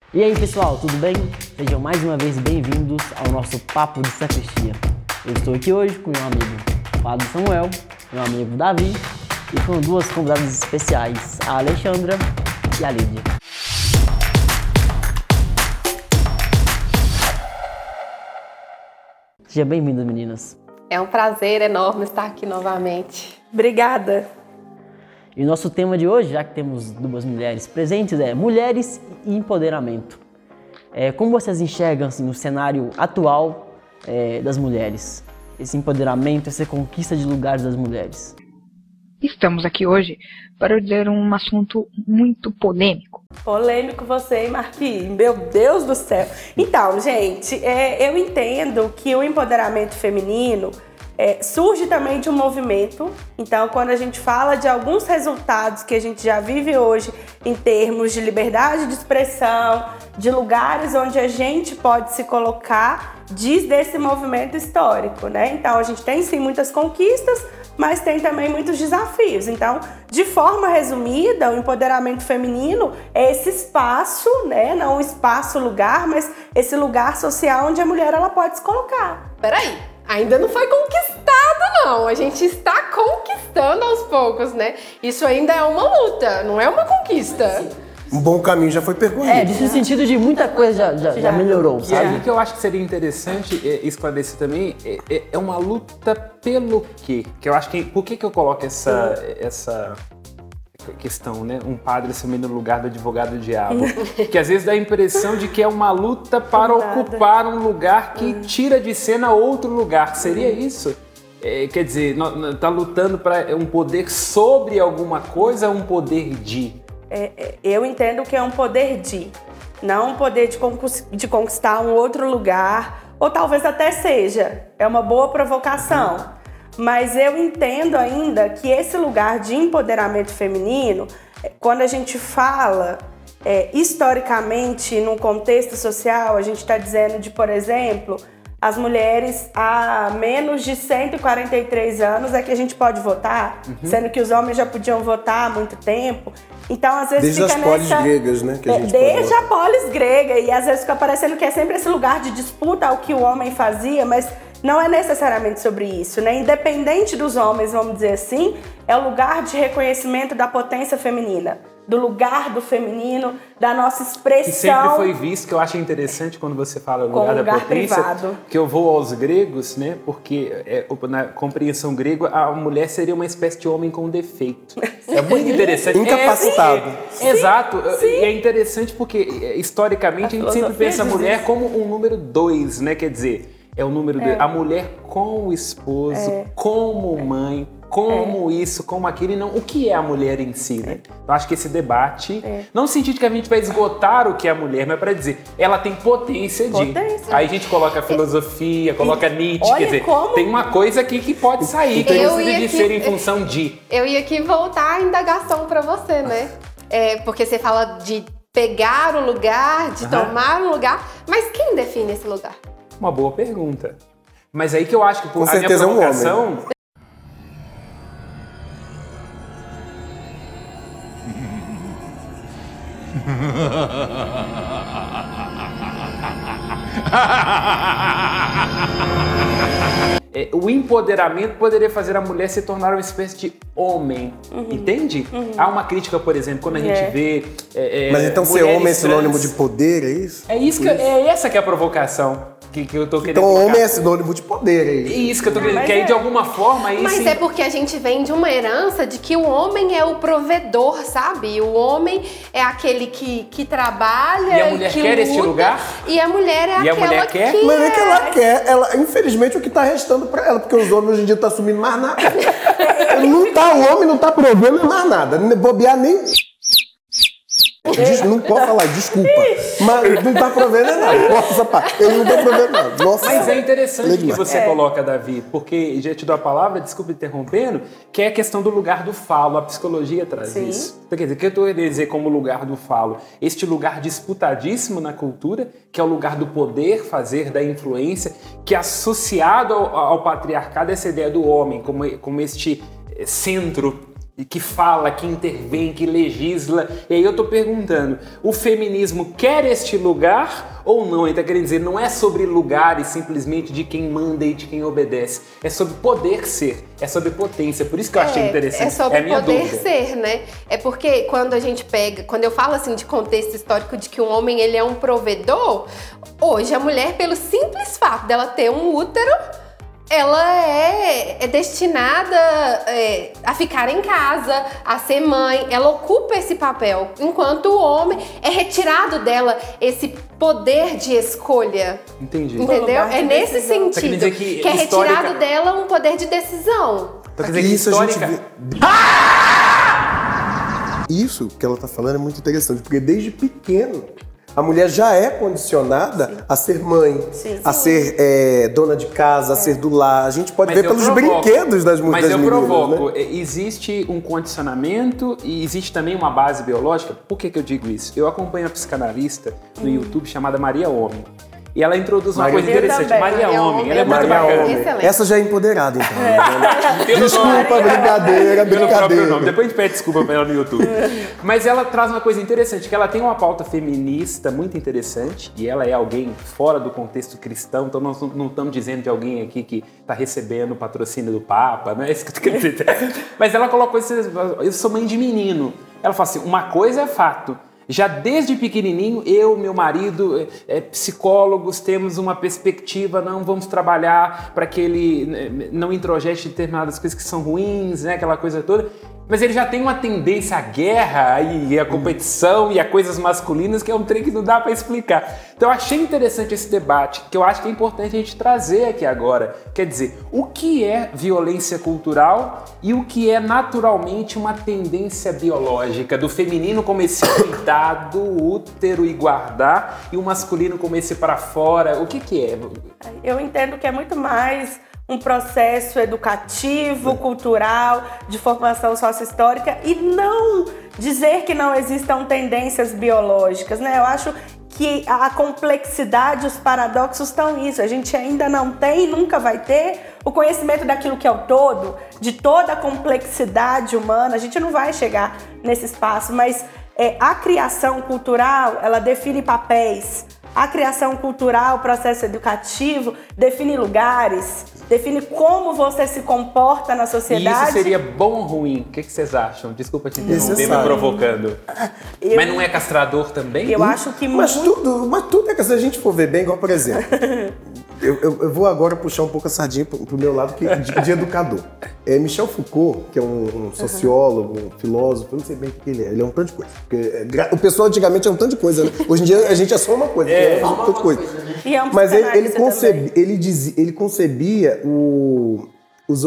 E aí pessoal, tudo bem? Sejam mais uma vez bem-vindos ao nosso Papo de Sacristia. Eu estou aqui hoje com meu amigo Padre Samuel, meu amigo Davi e com duas convidadas especiais, a Alexandra e a Lídia. Sejam bem-vindas, meninas. É um prazer enorme estar aqui novamente. Obrigada. E o nosso tema de hoje, já que temos duas mulheres presentes, é Mulheres e Empoderamento. Como vocês enxergam assim, o cenário atual das mulheres? Esse empoderamento, essa conquista de lugares das mulheres? Estamos aqui hoje para dizer um assunto muito polêmico. Polêmico você, hein, Marquinhos? Meu Deus do céu. Então, gente, eu entendo que o empoderamento feminino surge também de um movimento. Então, quando a gente fala de alguns resultados que a gente já vive hoje em termos de liberdade de expressão, de lugares onde a gente pode se colocar, diz desse movimento histórico, né? Então, a gente tem sim muitas conquistas, mas tem também muitos desafios. Então, de forma resumida, o empoderamento feminino é esse espaço, né? Não um espaço-lugar, mas esse lugar social onde a mulher ela pode se colocar. Peraí, ainda não foi conquistado, não. A gente está conquistando aos poucos, né? Isso ainda é uma luta, não é uma conquista. Um bom caminho já foi percorrido. Disso no sentido de muita coisa já melhorou, E sabe? aí que eu acho que seria interessante esclarecer também, é uma luta pelo quê? Que eu acho que, por que eu coloco essa questão, né? Um padre assumindo o lugar do advogado do diabo. Que às vezes dá a impressão de que é uma luta para ocupar um lugar que tira de cena outro lugar. Seria isso? Quer dizer, tá lutando para um poder sobre alguma coisa, um poder de... Eu entendo que é um poder de, não um poder de conquistar um outro lugar, ou talvez até seja, é uma boa provocação. Mas eu entendo ainda que esse lugar de empoderamento feminino, quando a gente fala historicamente, num contexto social, a gente está dizendo de, por exemplo, as mulheres há menos de 143 anos é que a gente pode votar, sendo que os homens já podiam votar há muito tempo. Então, às vezes desde fica as polis gregas, né? Que a gente desde a polis grega, e às vezes fica parecendo que é sempre esse lugar de disputa ao que o homem fazia, mas não é necessariamente sobre isso, né? Independente dos homens, vamos dizer assim, é o lugar de reconhecimento da potência feminina, do lugar do feminino, da nossa expressão. Que sempre foi visto, que eu acho interessante quando você fala lugar da potência, privado. Que eu vou aos gregos, né? Porque na compreensão grega, a mulher seria uma espécie de homem com defeito. É muito interessante. Incapacitado. Exato. Sim. E é interessante porque, historicamente, a gente sempre pensa a mulher como um número 2, né? Quer dizer, é o número 2. A mulher com o esposo, como mãe, como isso, como aquilo, e não o que é a mulher em si, né? Eu acho que esse debate, não no sentido que a gente vai esgotar o que é a mulher, mas para dizer, ela tem potência de. Aí a gente coloca a filosofia, coloca Nietzsche, quer dizer, tem uma coisa aqui que pode sair, que precisa de ser em função de. Eu ia aqui voltar a indagação para você, né? Porque você fala de pegar o lugar, de tomar um lugar, mas quem define esse lugar? Uma boa pergunta. Mas aí que eu acho que Com a certeza minha é um homem. provocação... O empoderamento poderia fazer a mulher se tornar uma espécie de homem, entende? Há uma crítica, por exemplo, quando a gente vê... Mas então ser homem é sinônimo de poder, é isso? Essa que é a provocação que eu tô querendo Então colocar. homem é sinônimo de poder, é isso? Isso que eu tô querendo, que aí de alguma forma... Aí, Mas sim, é porque a gente vem de uma herança de que o homem é o provedor, sabe? O homem é aquele que trabalha, e a mulher que quer luta, esse lugar? E a mulher é E a aquela mulher quer? que... Mas é que ela quer, infelizmente o que tá restando pra ela, porque os homens hoje em dia estão assumindo mais nada. O homem não tá provendo mais nada, bobear nem... Não posso falar, desculpa. Mas não tá provendo nada. Nossa, pá, ele não tá provendo nada. Nossa, mas é interessante o que demais. você coloca, Davi, porque já te dou a palavra, desculpa interrompendo, que é a questão do lugar do falo. A psicologia traz isso. Então, quer dizer, o que eu estou a dizer como lugar do falo? Este lugar disputadíssimo na cultura, que é o lugar do poder fazer, da influência, que é associado ao patriarcado essa ideia do homem como este centro que fala, que intervém, que legisla. E aí eu tô perguntando, o feminismo quer este lugar ou não? Ele tá querendo dizer, não é sobre lugares simplesmente de quem manda e de quem obedece. É sobre poder ser, é sobre potência. Por isso que eu achei interessante. É sobre a minha poder dúvida. ser, né? É porque quando a gente pega, quando eu falo assim de contexto histórico de que um homem ele é um provedor, hoje a mulher, pelo simples fato dela ter um útero, ela é destinada a ficar em casa, a ser mãe, ela ocupa esse papel, enquanto o homem é retirado dela esse poder de escolha. Entendi. Entendeu? É nesse sentido, dizer que é retirado dela um poder de decisão. Então quer dizer que Isso a gente histórica... vê... Isso que ela tá falando é muito interessante, porque desde pequeno a mulher já é condicionada a ser mãe, a ser dona de casa, a ser do lar. A gente pode ver pelos brinquedos das mulheres. Mas eu provoco, né? Existe um condicionamento e existe também uma base biológica. Por que eu digo isso? Eu acompanho uma psicanalista no YouTube chamada Maria Homem. E ela introduz uma coisa interessante. Maria Homem, ela é muito bacana. Essa já é empoderada, então. Desculpa, brincadeira. Depois a gente pede desculpa pra ela no YouTube. Mas ela traz uma coisa interessante, que ela tem uma pauta feminista muito interessante, e ela é alguém fora do contexto cristão, então nós não estamos dizendo de alguém aqui que está recebendo o patrocínio do Papa, não é isso que eu quero dizer. Mas ela colocou isso, eu sou mãe de menino. Ela fala assim, uma coisa é fato, já desde pequenininho, eu, meu marido, psicólogos, temos uma perspectiva, não vamos trabalhar para que ele não introjete determinadas coisas que são ruins, né, aquela coisa toda. Mas ele já tem uma tendência à guerra e à competição e a coisas masculinas que é um trem que não dá para explicar. Então eu achei interessante esse debate, que eu acho que é importante a gente trazer aqui agora. Quer dizer, o que é violência cultural e o que é naturalmente uma tendência biológica do feminino como esse cuidado, útero e guardar, e o masculino como esse para fora. O que é? Eu entendo que é muito mais um processo educativo, cultural, de formação sócio-histórica, e não dizer que não existam tendências biológicas, né? Eu acho que a complexidade, os paradoxos estão nisso. A gente ainda não tem, nunca vai ter o conhecimento daquilo que é o todo, de toda a complexidade humana. A gente não vai chegar nesse espaço, mas a criação cultural, ela define papéis. A criação cultural, o processo educativo, define lugares, define como você se comporta na sociedade. E isso seria bom ou ruim? O que vocês acham? Desculpa te interromper, me provocando. Mas não é castrador também? Eu acho que mas tudo é que se a gente for ver bem, igual por exemplo, eu vou agora puxar um pouco a sardinha pro meu lado de educador. Michel Foucault, que é um sociólogo, um filósofo, eu não sei bem o que ele é um tanto de coisa. Porque, o pessoal antigamente é um tanto de coisa, né? Hoje em dia a gente é só uma coisa, um tanto de coisa. Mas ele concebia os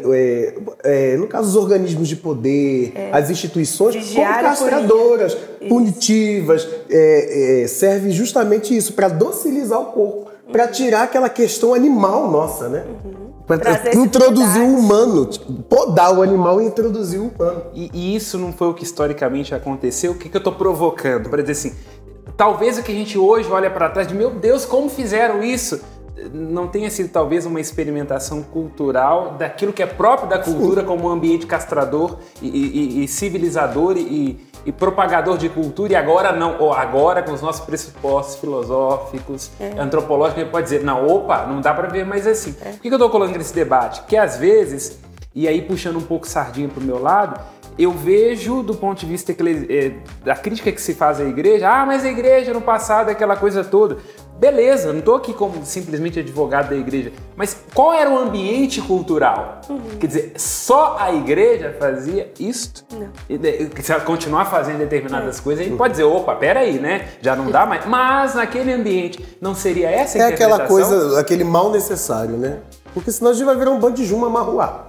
organismos de poder, as instituições como castradoras, punitivas, serve justamente isso, para docilizar o corpo, para tirar aquela questão animal nossa, né? Para introduzir o humano, podar o animal e introduzir o humano. E isso não foi o que historicamente aconteceu? O que eu estou provocando? Para dizer assim, talvez o que a gente hoje olha para trás de, meu Deus, como fizeram isso? Não tenha sido talvez uma experimentação cultural daquilo que é próprio da cultura como um ambiente castrador e civilizador e propagador de cultura, e agora não, ou agora com os nossos pressupostos filosóficos, antropológicos, a gente pode dizer, não dá para ver mais assim. Por que eu estou colocando nesse debate? Porque às vezes, e aí puxando um pouco sardinha para o meu lado, eu vejo do ponto de vista da crítica que se faz à igreja, mas a igreja no passado é aquela coisa toda. Beleza, não estou aqui como simplesmente advogado da igreja, mas qual era o ambiente cultural? Quer dizer, só a igreja fazia isto? Não. Se ela continuar fazendo determinadas coisas, a gente pode dizer, opa, peraí, né? Já não dá mais. Mas naquele ambiente, não seria essa a interpretação? É aquela coisa, aquele mal necessário, né? Porque senão a gente vai virar um bando de Juma marruá.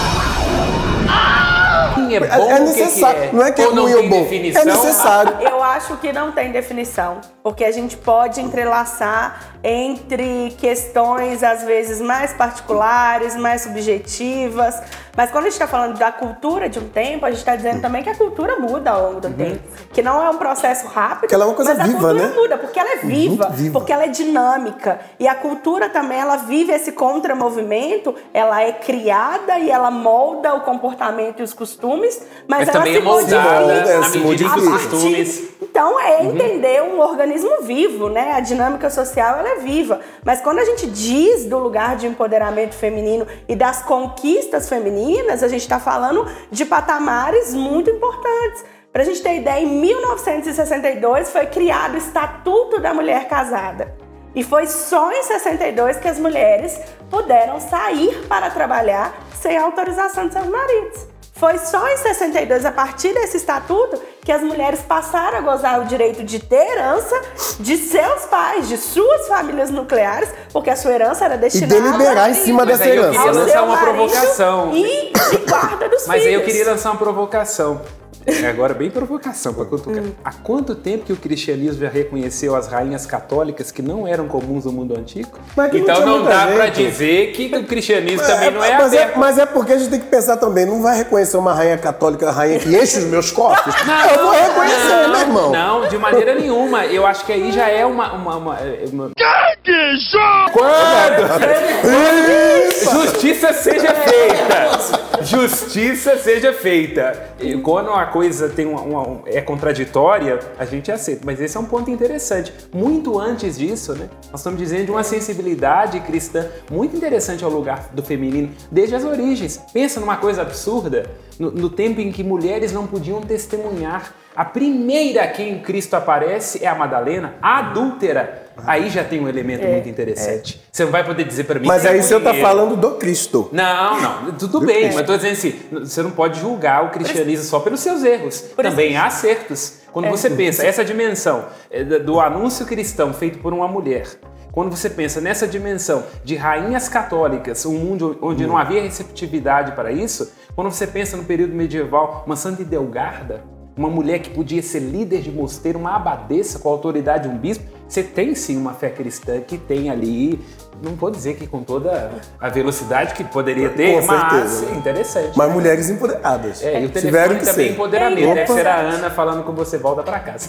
É bom, necessário. Que é? Não é que é ruim ou bom. Definição? É necessário. acho que não tem definição, porque a gente pode entrelaçar entre questões, às vezes, mais particulares, mais subjetivas, mas quando a gente está falando da cultura de um tempo, a gente está dizendo também que a cultura muda ao longo do tempo, que não é um processo rápido, que ela é uma coisa mas viva, a cultura né? muda, porque ela é viva, porque ela é dinâmica, e a cultura também, ela vive esse contramovimento, ela é criada e ela molda o comportamento e os costumes, mas ela também se é moldada modifica na medida que os costumes... Então, é entender um organismo vivo, né? A dinâmica social, ela é viva. Mas quando a gente diz do lugar de empoderamento feminino e das conquistas femininas, a gente está falando de patamares muito importantes. Para a gente ter ideia, em 1962 foi criado o Estatuto da Mulher Casada. E foi só em 62 que as mulheres puderam sair para trabalhar sem autorização de seus maridos. Foi só em 62, a partir desse estatuto, que as mulheres passaram a gozar o direito de ter herança de seus pais, de suas famílias nucleares, porque a sua herança era destinada... E deliberar em cima dessa herança. Mas aí eu queria lançar uma provocação. E de guarda dos Mas filhos. aí eu queria lançar uma provocação. Agora, bem provocação para cutucar. Há quanto tempo que o cristianismo já reconheceu as rainhas católicas que não eram comuns no mundo antigo? Então não dá para dizer que o cristianismo também não é aberto. Mas é porque a gente tem que pensar também, não vai reconhecer uma rainha católica, a rainha que enche os meus cofres? Eu vou reconhecer, meu irmão. Não, de maneira nenhuma. Eu acho que aí já é uma... Justiça seja feita! Justiça seja feita! E quando a coisa tem é contraditória, a gente aceita. Mas esse é um ponto interessante. Muito antes disso, né? Nós estamos dizendo de uma sensibilidade cristã muito interessante ao lugar do feminino, desde as origens. Pensa numa coisa absurda, no tempo em que mulheres não podiam testemunhar. A primeira a quem Cristo aparece é a Madalena, a adúltera. Aí já tem um elemento muito interessante. Você não vai poder dizer para mim... Mas aí você está falando do Cristo. Não, tudo bem, mas estou dizendo assim, você não pode julgar o cristianismo só pelos seus erros. Também há acertos. Quando você pensa essa dimensão do anúncio cristão feito por uma mulher, quando você pensa nessa dimensão de rainhas católicas, um mundo onde não havia receptividade para isso, quando você pensa no período medieval, uma Santa Idelgarda, uma mulher que podia ser líder de mosteiro, uma abadesa com a autoridade de um bispo, você tem sim uma fé cristã que tem ali, não vou dizer que com toda a velocidade que poderia ter, com mas certeza, é interessante. Mas mulheres empoderadas. E o telefone também empoderamento, deve ser a Ana falando com você, volta pra casa.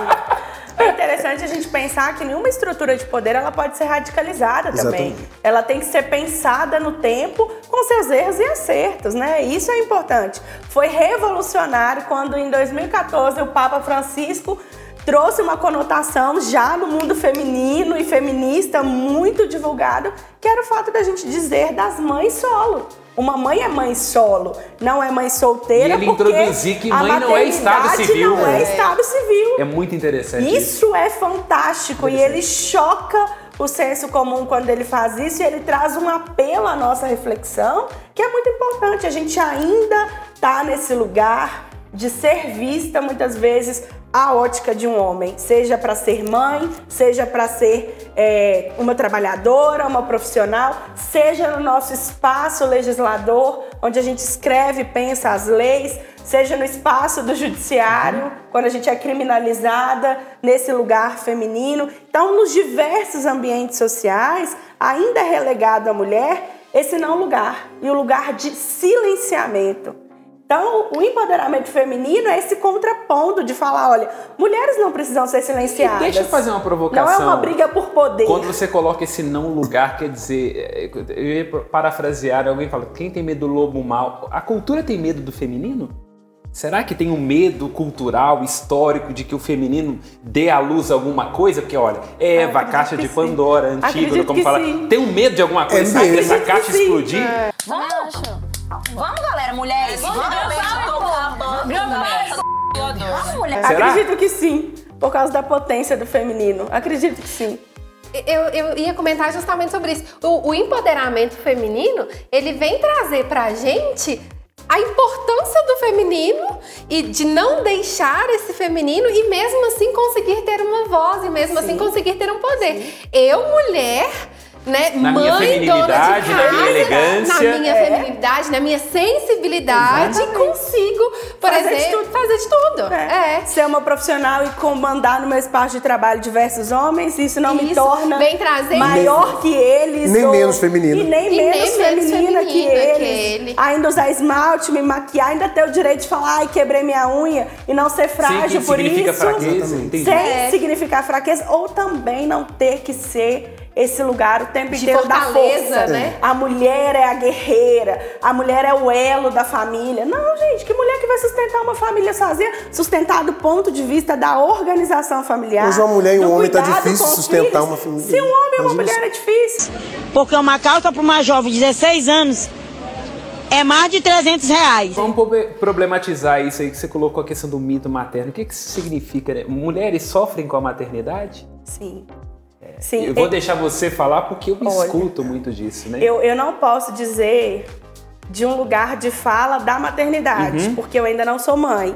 É interessante a gente pensar que nenhuma estrutura de poder ela pode ser radicalizada também. Ela tem que ser pensada no tempo com seus erros e acertos, né? Isso é importante. Foi revolucionário quando em 2014 o Papa Francisco trouxe uma conotação já no mundo feminino e feminista muito divulgado, que era o fato da gente dizer das mães solo. Uma mãe é mãe solo, não é mãe solteira, e ele introduzir que mãe não é estado civil. Não é estado civil. É muito interessante isso. É fantástico e ele choca o senso comum quando ele faz isso e ele traz um apelo à nossa reflexão, que é muito importante. A gente ainda está nesse lugar de ser vista muitas vezes a ótica de um homem, seja para ser mãe, seja para ser uma trabalhadora, uma profissional, seja no nosso espaço legislador, onde a gente escreve e pensa as leis, seja no espaço do judiciário, quando a gente é criminalizada nesse lugar feminino. Então, nos diversos ambientes sociais, ainda é relegado à mulher esse não lugar, e o lugar de silenciamento. Então, o empoderamento feminino é esse contraponto de falar, olha, mulheres não precisam ser silenciadas. Deixa eu fazer uma provocação. Não é uma briga por poder. Quando você coloca esse não lugar, quer dizer, eu ia parafrasear, alguém fala, quem tem medo do lobo mau? A cultura tem medo do feminino? Será que tem um medo cultural, histórico, de que o feminino dê à luz alguma coisa? Porque, olha, Eva, a caixa de Pandora, antiga, como fala, tem um medo de alguma coisa, sabe? Dessa caixa explodir? Vamos, galera, mulheres. Vamos mulheres. Acredito que sim, por causa da potência do feminino. Acredito que sim. Eu ia comentar justamente sobre isso. O empoderamento feminino, ele vem trazer pra gente a importância do feminino e de não deixar esse feminino e mesmo assim conseguir ter uma voz e mesmo assim conseguir ter um poder. Eu, mulher, né, Na mãe, minha feminilidade, dona de casa, na minha elegância. na minha feminilidade, na minha sensibilidade, consigo, por exemplo, fazer de tudo. Ser uma profissional e comandar no meu espaço de trabalho diversos homens, isso não me torna vem trazer maior que eles. Nem menos feminina. E nem menos feminina que eles. Ainda usar esmalte, me maquiar, ainda ter o direito de falar, ai, quebrei minha unha, e não ser frágil por isso. Fraqueza, sem significar fraqueza, ou também não ter que ser esse lugar o tempo inteiro da força. Né? A mulher é a guerreira, a mulher é o elo da família. Não, gente, que mulher que vai sustentar uma família sozinha? Sustentar do ponto de vista da organização familiar. Mas uma mulher e um homem tá difícil sustentar uma família. Se um homem e uma mulher é difícil. Porque uma calça para uma jovem de 16 anos é mais de R$300. Vamos problematizar isso aí que você colocou, a questão do mito materno. O que isso significa? Né? Mulheres sofrem com a maternidade? Sim. Sim. Eu vou deixar você falar porque eu escuto muito disso, né? Eu não posso dizer de um lugar de fala da maternidade, porque eu ainda não sou mãe.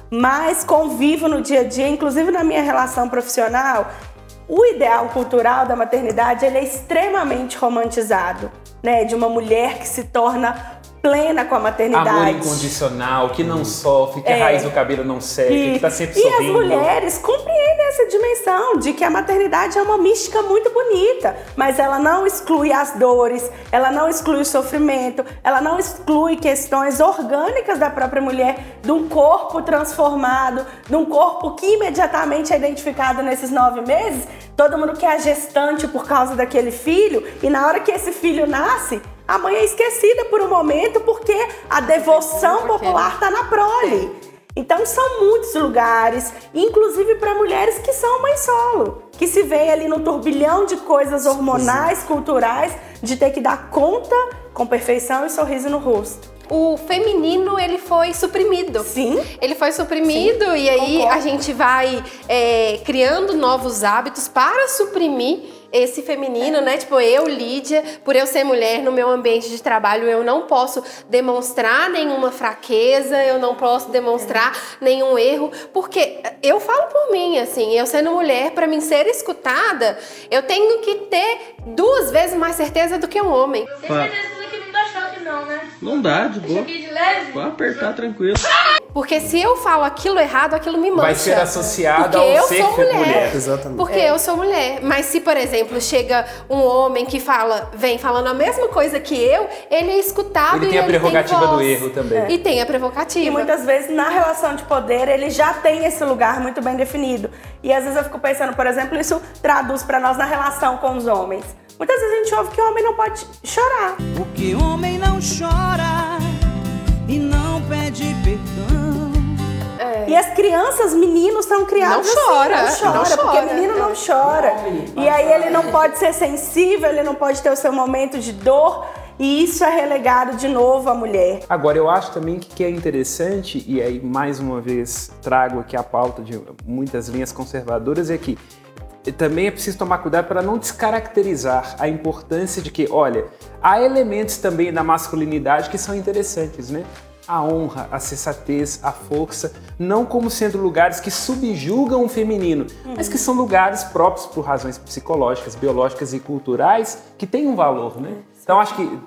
Mas convivo no dia a dia, inclusive na minha relação profissional, o ideal cultural da maternidade ele é extremamente romantizado, né? De uma mulher que se torna plena com a maternidade. Amor incondicional, que não sofre, que a raiz do cabelo não seca, que tá sempre sorrindo. E as mulheres compreendem essa dimensão de que a maternidade é uma mística muito bonita, mas ela não exclui as dores, ela não exclui o sofrimento, ela não exclui questões orgânicas da própria mulher, de um corpo transformado, de um corpo que imediatamente é identificado nesses 9 meses. Todo mundo quer a gestante por causa daquele filho, e na hora que esse filho nasce, a mãe é esquecida por um momento porque a devoção popular está na prole. Então são muitos lugares, inclusive para mulheres que são mãe solo, que se veem ali no turbilhão de coisas hormonais, culturais, de ter que dar conta com perfeição e sorriso no rosto. O feminino, ele foi suprimido. Sim. Ele foi suprimido. Sim. E aí a gente vai criando novos hábitos para suprimir esse feminino, né? Tipo, eu, Lídia, por eu ser mulher no meu ambiente de trabalho, eu não posso demonstrar nenhuma fraqueza, eu não posso demonstrar nenhum erro, porque eu falo por mim, assim, eu sendo mulher, para mim ser escutada, eu tenho que ter 2 vezes mais certeza do que um homem. Tem certeza que não dá choque não, né? Não dá, de boa. De leve. Pode apertar tranquilo. Porque se eu falo aquilo errado, aquilo me mancha. Vai ser associado ao eu ser sou mulher. Exatamente. Porque eu sou mulher. Mas se, por exemplo, chega um homem que vem falando a mesma coisa que eu, ele é escutado. Ele tem a prerrogativa do erro também. E tem a prerrogativa. E muitas vezes na relação de poder ele já tem esse lugar muito bem definido. E às vezes eu fico pensando, por exemplo, isso traduz pra nós na relação com os homens. Muitas vezes a gente ouve que o homem não pode chorar. Porque homem não chora e não pede perdão. E as crianças, meninos, são criados não chora, assim, não chora, porque menino não chora. E aí ele não pode ser sensível, ele não pode ter o seu momento de dor. E isso é relegado de novo à mulher. Agora, eu acho também que é interessante, e aí mais uma vez trago aqui a pauta de muitas linhas conservadoras, é que também é preciso tomar cuidado para não descaracterizar a importância de que, olha, há elementos também da masculinidade que são interessantes, né? A honra, a sensatez, a força, não como sendo lugares que subjugam o feminino, mas que são lugares próprios por razões psicológicas, biológicas e culturais que têm um valor, né? Então acho que,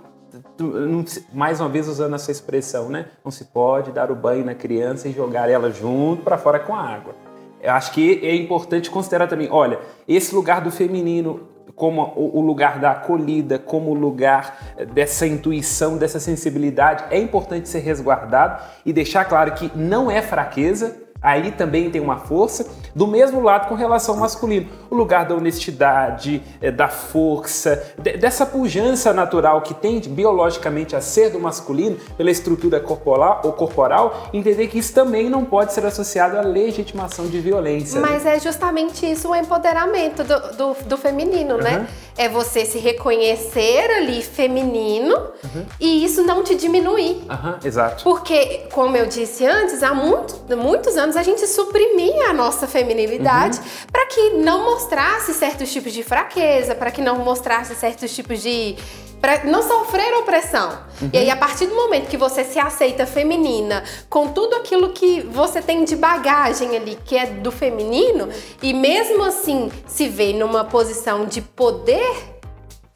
mais uma vez usando a sua expressão, né? Não se pode dar o banho na criança e jogar ela junto para fora com a água. Eu acho que é importante considerar também, olha, esse lugar do feminino como o lugar da acolhida, como o lugar dessa intuição, dessa sensibilidade, é importante ser resguardado e deixar claro que não é fraqueza, aí também tem uma força, do mesmo lado com relação ao masculino. O lugar da honestidade, da força, dessa pujança natural que tende biologicamente a ser do masculino, pela estrutura corporal, entender que isso também não pode ser associado à legitimação de violência. Mas é justamente isso o empoderamento do feminino, né? É você se reconhecer ali feminino e isso não te diminuir. Exato. Porque, como eu disse antes, há muitos anos a gente suprimia a nossa feminilidade para que não mostrasse certos tipos de fraqueza, para que não mostrasse certos tipos de... para não sofrer opressão. E aí, a partir do momento que você se aceita feminina, com tudo aquilo que você tem de bagagem ali, que é do feminino, e mesmo assim se vê numa posição de poder,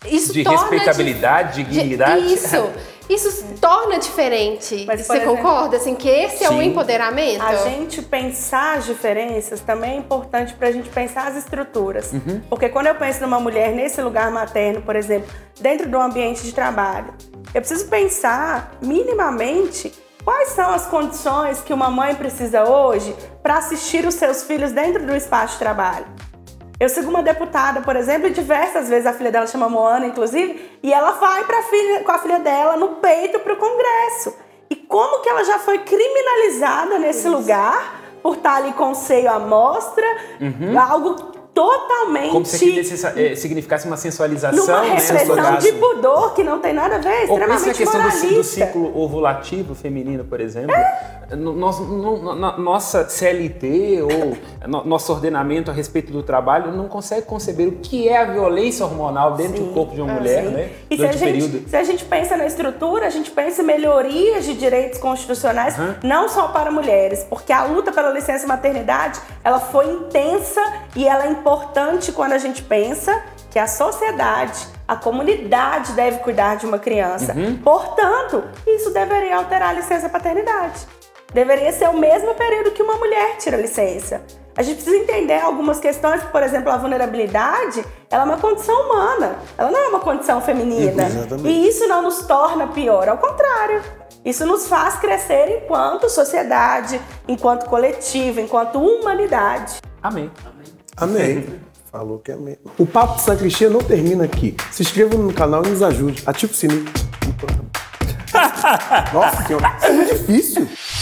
Isso de torna respeitabilidade, dignidade. Isso torna diferente. Mas, você concorda? Assim, que esse é o empoderamento? A gente pensar as diferenças também é importante pra gente pensar as estruturas. Porque quando eu penso numa mulher nesse lugar materno, por exemplo, dentro do ambiente de trabalho, eu preciso pensar minimamente quais são as condições que uma mãe precisa hoje para assistir os seus filhos dentro do espaço de trabalho. Eu sigo uma deputada, por exemplo, e diversas vezes a filha dela chama Moana, inclusive, e ela vai com a filha dela no peito para o Congresso. E como que ela já foi criminalizada nesse lugar por estar ali com o seio à mostra, algo totalmente... Como se significasse uma sensualização, numa repressão de pudor que não tem nada a ver, extremamente a questão moralista. do ciclo ovulativo feminino, por exemplo. Nossa CLT ou nosso ordenamento a respeito do trabalho não consegue conceber o que é a violência hormonal dentro do corpo de uma mulher, né? E se a gente pensa na estrutura, a gente pensa em melhorias de direitos constitucionais, não só para mulheres, porque a luta pela licença maternidade, ela foi intensa e ela é importante quando a gente pensa que a sociedade, a comunidade deve cuidar de uma criança. Portanto, isso deveria alterar a licença paternidade. Deveria ser o mesmo período que uma mulher tira licença. A gente precisa entender algumas questões, por exemplo, a vulnerabilidade, ela é uma condição humana, ela não é uma condição feminina. E isso não nos torna pior, ao contrário. Isso nos faz crescer enquanto sociedade, enquanto coletivo, enquanto humanidade. Amém. Amém. Falou que amém. O Papo de Sacristia não termina aqui. Se inscreva no canal e nos ajude. Ative o sininho. Nossa senhora, isso é muito difícil.